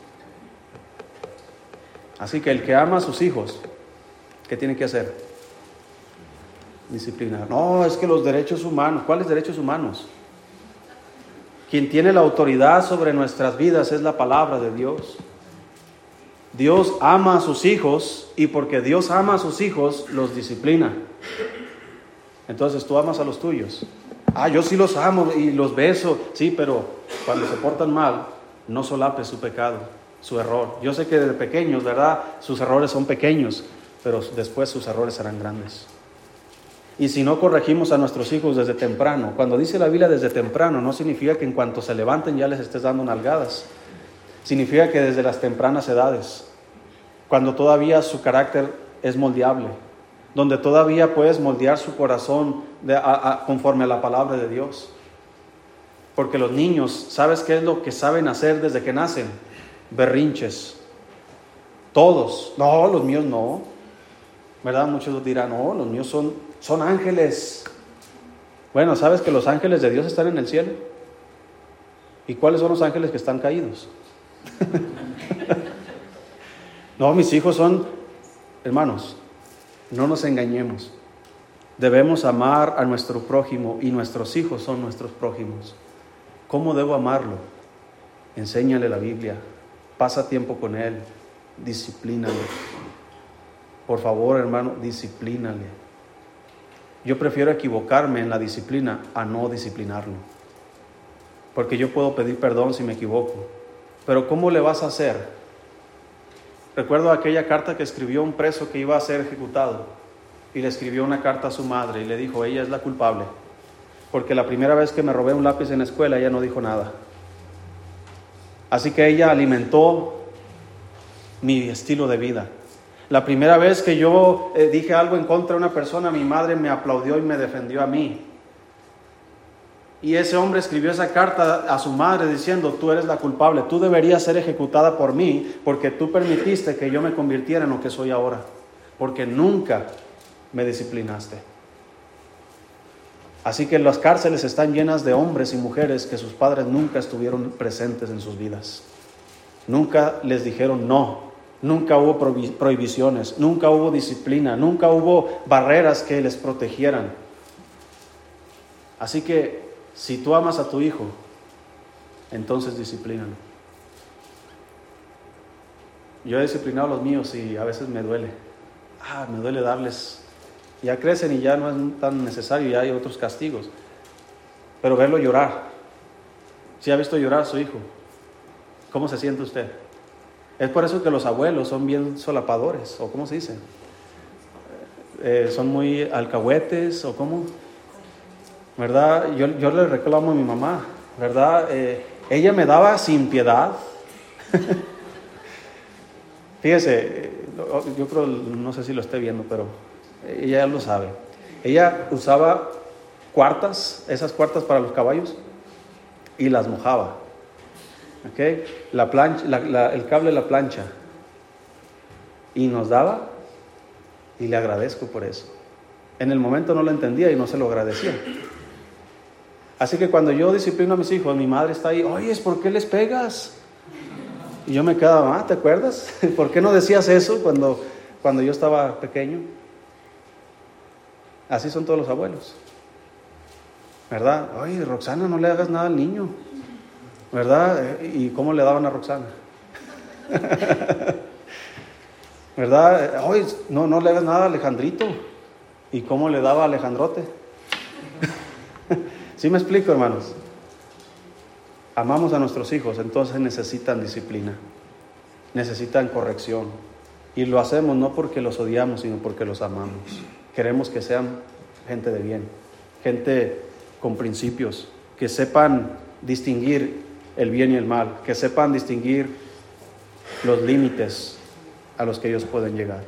Así que el que ama a sus hijos, ¿qué tiene que hacer? Disciplinar. No, es que los derechos humanos. ¿Cuáles derechos humanos? Quien tiene la autoridad sobre nuestras vidas es la palabra de Dios. Dios ama a sus hijos y porque Dios ama a sus hijos, los disciplina. Entonces tú amas a los tuyos. Ah, yo sí los amo y los beso. Sí, pero cuando se portan mal, no solapes su pecado, su error. Yo sé que desde pequeños, ¿verdad? Sus errores son pequeños, pero después sus errores serán grandes. Y si no corregimos a nuestros hijos desde temprano, cuando dice la Biblia desde temprano, no significa que en cuanto se levanten ya les estés dando nalgadas. Significa que desde las tempranas edades, cuando todavía su carácter es moldeable, donde todavía puedes moldear su corazón de, a, a, conforme a la palabra de Dios. Porque los niños, ¿sabes qué es lo que saben hacer desde que nacen? Berrinches. Todos. No, los míos no. ¿Verdad? Muchos dirán, no, los míos son, son ángeles. Bueno, ¿sabes que los ángeles de Dios están en el cielo? ¿Y cuáles son los ángeles que están caídos? No, mis hijos son, hermanos, no nos engañemos. Debemos amar a nuestro prójimo y nuestros hijos son nuestros prójimos. ¿Cómo debo amarlo? Enséñale la Biblia, pasa tiempo con él, disciplínale. Por favor, hermano, disciplínale. Yo prefiero equivocarme en la disciplina a no disciplinarlo. Porque yo puedo pedir perdón si me equivoco. Pero ¿cómo le vas a hacer? Recuerdo aquella carta que escribió un preso que iba a ser ejecutado. Y le escribió una carta a su madre y le dijo, ella es la culpable. Porque la primera vez que me robé un lápiz en la escuela, ella no dijo nada. Así que ella alimentó mi estilo de vida. La primera vez que yo eh, dije algo en contra de una persona, mi madre me aplaudió y me defendió a mí. Y ese hombre escribió esa carta a su madre diciendo, tú eres la culpable, tú deberías ser ejecutada por mí porque tú permitiste que yo me convirtiera en lo que soy ahora. Porque nunca me disciplinaste. Así que las cárceles están llenas de hombres y mujeres que sus padres nunca estuvieron presentes en sus vidas. Nunca les dijeron no, nunca hubo prohibiciones, nunca hubo disciplina, nunca hubo barreras que les protegieran. Así que si tú amas a tu hijo, entonces disciplínalo. Yo he disciplinado a los míos y a veces me duele. Ah, me duele darles. Ya crecen y ya no es tan necesario, ya hay otros castigos. Pero verlo llorar. ¿Sí ha visto llorar a su hijo? ¿Cómo se siente usted? Es por eso que los abuelos son bien solapadores, o ¿cómo se dice? Eh, son muy alcahuetes, o ¿cómo? ¿Verdad? Yo, yo le reclamo a mi mamá, ¿verdad? Eh, ella me daba sin piedad. Fíjese, yo creo, no sé si lo esté viendo, pero ella ya lo sabe. Ella usaba cuartas, esas cuartas para los caballos, y las mojaba. ¿Okay? La plancha, la, la, el cable de la plancha. Y nos daba, y le agradezco por eso. En el momento no lo entendía y no se lo agradecía. Así que cuando yo disciplino a mis hijos, mi madre está ahí, oye, ¿por qué les pegas? Y yo me quedaba, ah, ¿te acuerdas? ¿Por qué no decías eso cuando, cuando yo estaba pequeño? Así son todos los abuelos, ¿verdad? Oye, Roxana, no le hagas nada al niño, ¿verdad? ¿Y cómo le daban a Roxana? ¿Verdad? Oye, no, no le hagas nada a Alejandrito. ¿Y cómo le daba a Alejandrote? ¿Sí me explico, hermanos? Amamos a nuestros hijos, entonces necesitan disciplina, necesitan corrección. Y lo hacemos no porque los odiamos, sino porque los amamos. Queremos que sean gente de bien, gente con principios, que sepan distinguir el bien y el mal, que sepan distinguir los límites a los que ellos pueden llegar.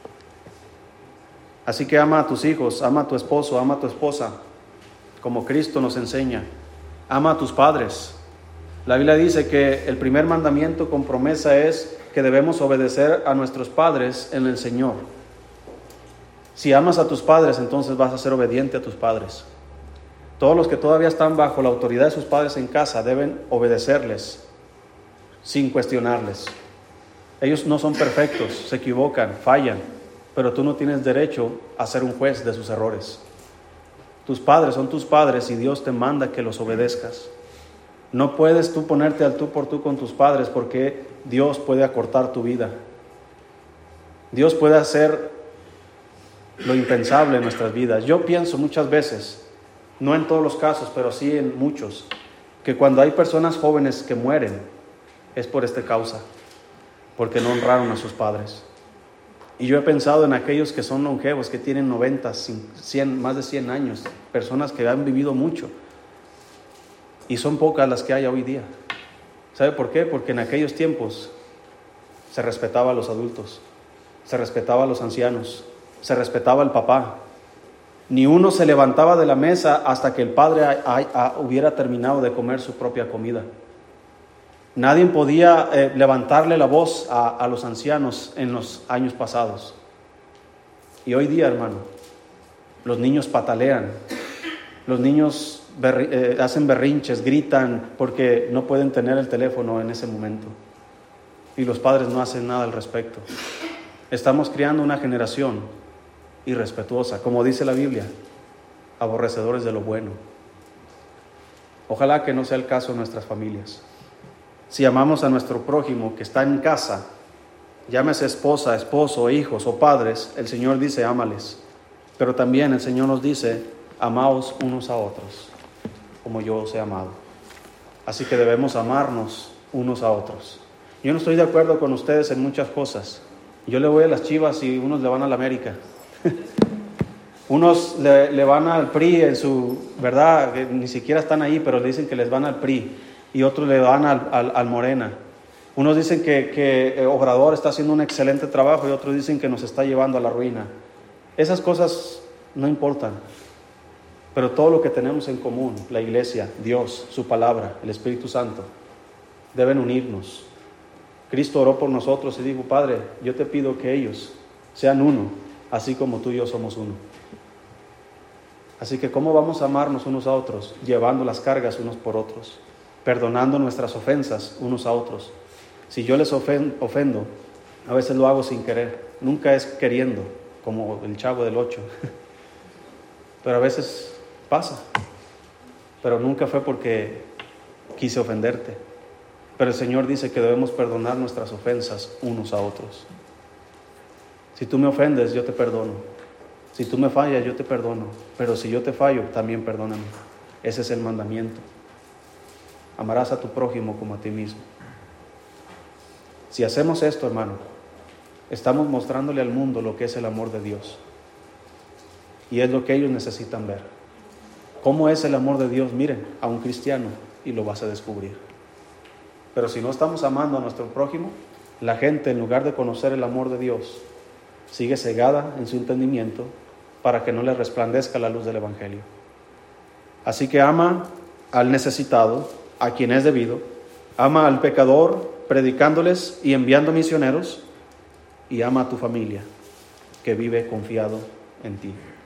Así que ama a tus hijos, ama a tu esposo, ama a tu esposa, como Cristo nos enseña. Ama a tus padres. La Biblia dice que el primer mandamiento con promesa es que debemos obedecer a nuestros padres en el Señor. Si amas a tus padres, entonces vas a ser obediente a tus padres. Todos los que todavía están bajo la autoridad de sus padres en casa deben obedecerles sin cuestionarles. Ellos no son perfectos, se equivocan, fallan, pero tú no tienes derecho a ser un juez de sus errores. Tus padres son tus padres y Dios te manda que los obedezcas. No puedes tú ponerte al tú por tú con tus padres porque Dios puede acortar tu vida. Dios puede hacer lo impensable en nuestras vidas. Yo pienso muchas veces, no en todos los casos, pero sí en muchos, que cuando hay personas jóvenes que mueren es por esta causa, porque no honraron a sus padres. Y yo he pensado en aquellos que son longevos, que tienen noventa, cien, más de cien años, personas que han vivido mucho. Y son pocas las que hay hoy día. ¿Sabe por qué? Porque en aquellos tiempos se respetaba a los adultos, se respetaba a los ancianos, se respetaba al papá. Ni uno se levantaba de la mesa hasta que el padre a, a, a, hubiera terminado de comer su propia comida. Nadie podía eh, levantarle la voz a, a los ancianos en los años pasados. Y hoy día, hermano, los niños patalean, los niños berri- eh, hacen berrinches, gritan porque no pueden tener el teléfono en ese momento. Y los padres no hacen nada al respecto. Estamos criando una generación irrespetuosa, como dice la Biblia, aborrecedores de lo bueno. Ojalá que no sea el caso en nuestras familias. Si amamos a nuestro prójimo que está en casa, llámese esposa, esposo, hijos o padres, el Señor dice ámales. Pero también el Señor nos dice, amaos unos a otros, como yo os he amado. Así que debemos amarnos unos a otros. Yo no estoy de acuerdo con ustedes en muchas cosas. Yo le voy a las Chivas y unos le van a la América. Unos le, le van al P R I en su, ¿verdad? Que ni siquiera están ahí, pero le dicen que les van al P R I. Y otros le van al, al, al Morena. Unos dicen que, que Obrador está haciendo un excelente trabajo y otros dicen que nos está llevando a la ruina. Esas cosas no importan. Pero todo lo que tenemos en común, la iglesia, Dios, su palabra, el Espíritu Santo, deben unirnos. Cristo oró por nosotros y dijo, Padre, yo te pido que ellos sean uno, así como tú y yo somos uno. Así que ¿cómo vamos a amarnos unos a otros? Llevando las cargas unos por otros, perdonando nuestras ofensas unos a otros. Si yo les ofendo, a veces lo hago sin querer, nunca es queriendo, como el Chavo del Ocho. Pero a veces pasa, pero nunca fue porque quise ofenderte. Pero el Señor dice que debemos perdonar nuestras ofensas unos a otros. Si tú me ofendes, yo te perdono. Si tú me fallas, yo te perdono. Pero si yo te fallo, también perdóname. Ese es el mandamiento. Amarás a tu prójimo como a ti mismo. Si hacemos esto, hermano, estamos mostrándole al mundo lo que es el amor de Dios. Y es lo que ellos necesitan ver. ¿Cómo es el amor de Dios? Miren, a un cristiano, y lo vas a descubrir. Pero si no estamos amando a nuestro prójimo, la gente, en lugar de conocer el amor de Dios, sigue cegada en su entendimiento para que no le resplandezca la luz del Evangelio. Así que ama al necesitado, a quien es debido, ama al pecador, predicándoles y enviando misioneros, y ama a tu familia, que vive confiado en ti.